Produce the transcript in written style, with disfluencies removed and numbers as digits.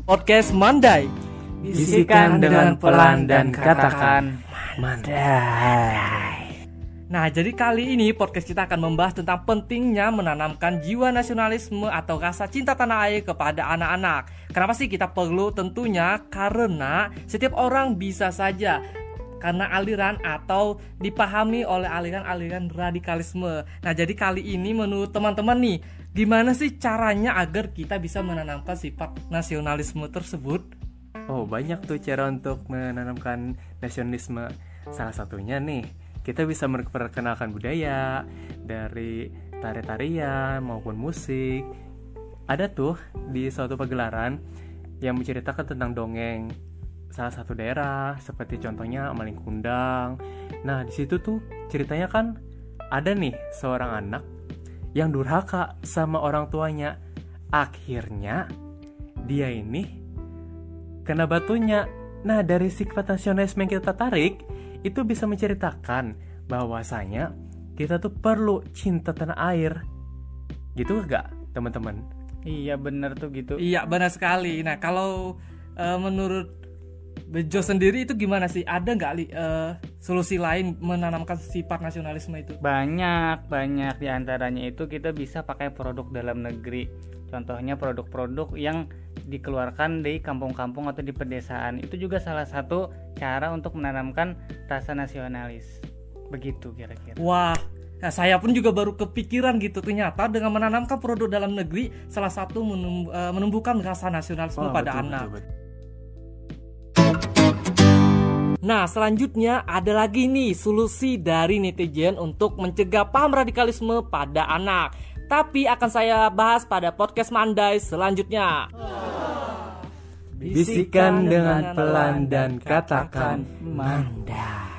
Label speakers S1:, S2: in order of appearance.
S1: Podcast Mandai.
S2: Bisikan dengan pelan dan katakan
S1: Mandai. Nah, jadi kali ini podcast kita akan membahas tentang pentingnya menanamkan jiwa nasionalisme atau rasa cinta tanah air kepada anak-anak. Kenapa sih kita perlu? Tentunya karena setiap orang bisa saja karena aliran atau dipahami oleh aliran-aliran radikalisme. Nah, jadi kali ini menurut teman-teman nih, gimana sih caranya agar kita bisa menanamkan sifat nasionalisme tersebut?
S2: Oh, banyak tuh cara untuk menanamkan nasionalisme. Salah satunya nih, kita bisa memperkenalkan budaya dari tari-tarian maupun musik. Ada tuh di suatu pagelaran yang menceritakan tentang dongeng salah satu daerah, seperti contohnya Maling Kundang. Nah, di situ tuh ceritanya kan ada nih seorang anak yang durhaka sama orang tuanya. Akhirnya dia ini kena batunya. Nah, dari sifat nasionalisme yang kita tarik, itu bisa menceritakan bahwasanya kita tuh perlu cinta tanah air. Gitu gak, teman-teman?
S3: Iya, benar tuh gitu.
S1: Iya, benar sekali. Nah, kalau menurut Bejo sendiri itu gimana sih? Ada nggak solusi lain menanamkan sifat nasionalisme itu?
S3: Banyak di antaranya itu kita bisa pakai produk dalam negeri. Contohnya produk-produk yang dikeluarkan di kampung-kampung atau di pedesaan. Itu juga salah satu cara untuk menanamkan rasa nasionalis. Begitu kira-kira.
S1: Wah, nah saya pun juga baru kepikiran gitu. Ternyata dengan menanamkan produk dalam negeri, salah satu menumbuhkan rasa nasionalisme pada anak. Betul. Nah, selanjutnya ada lagi nih solusi dari netizen untuk mencegah paham radikalisme pada anak. Tapi akan saya bahas pada podcast Mandai selanjutnya.
S2: Bisikan dengan pelan dan katakan Mandai.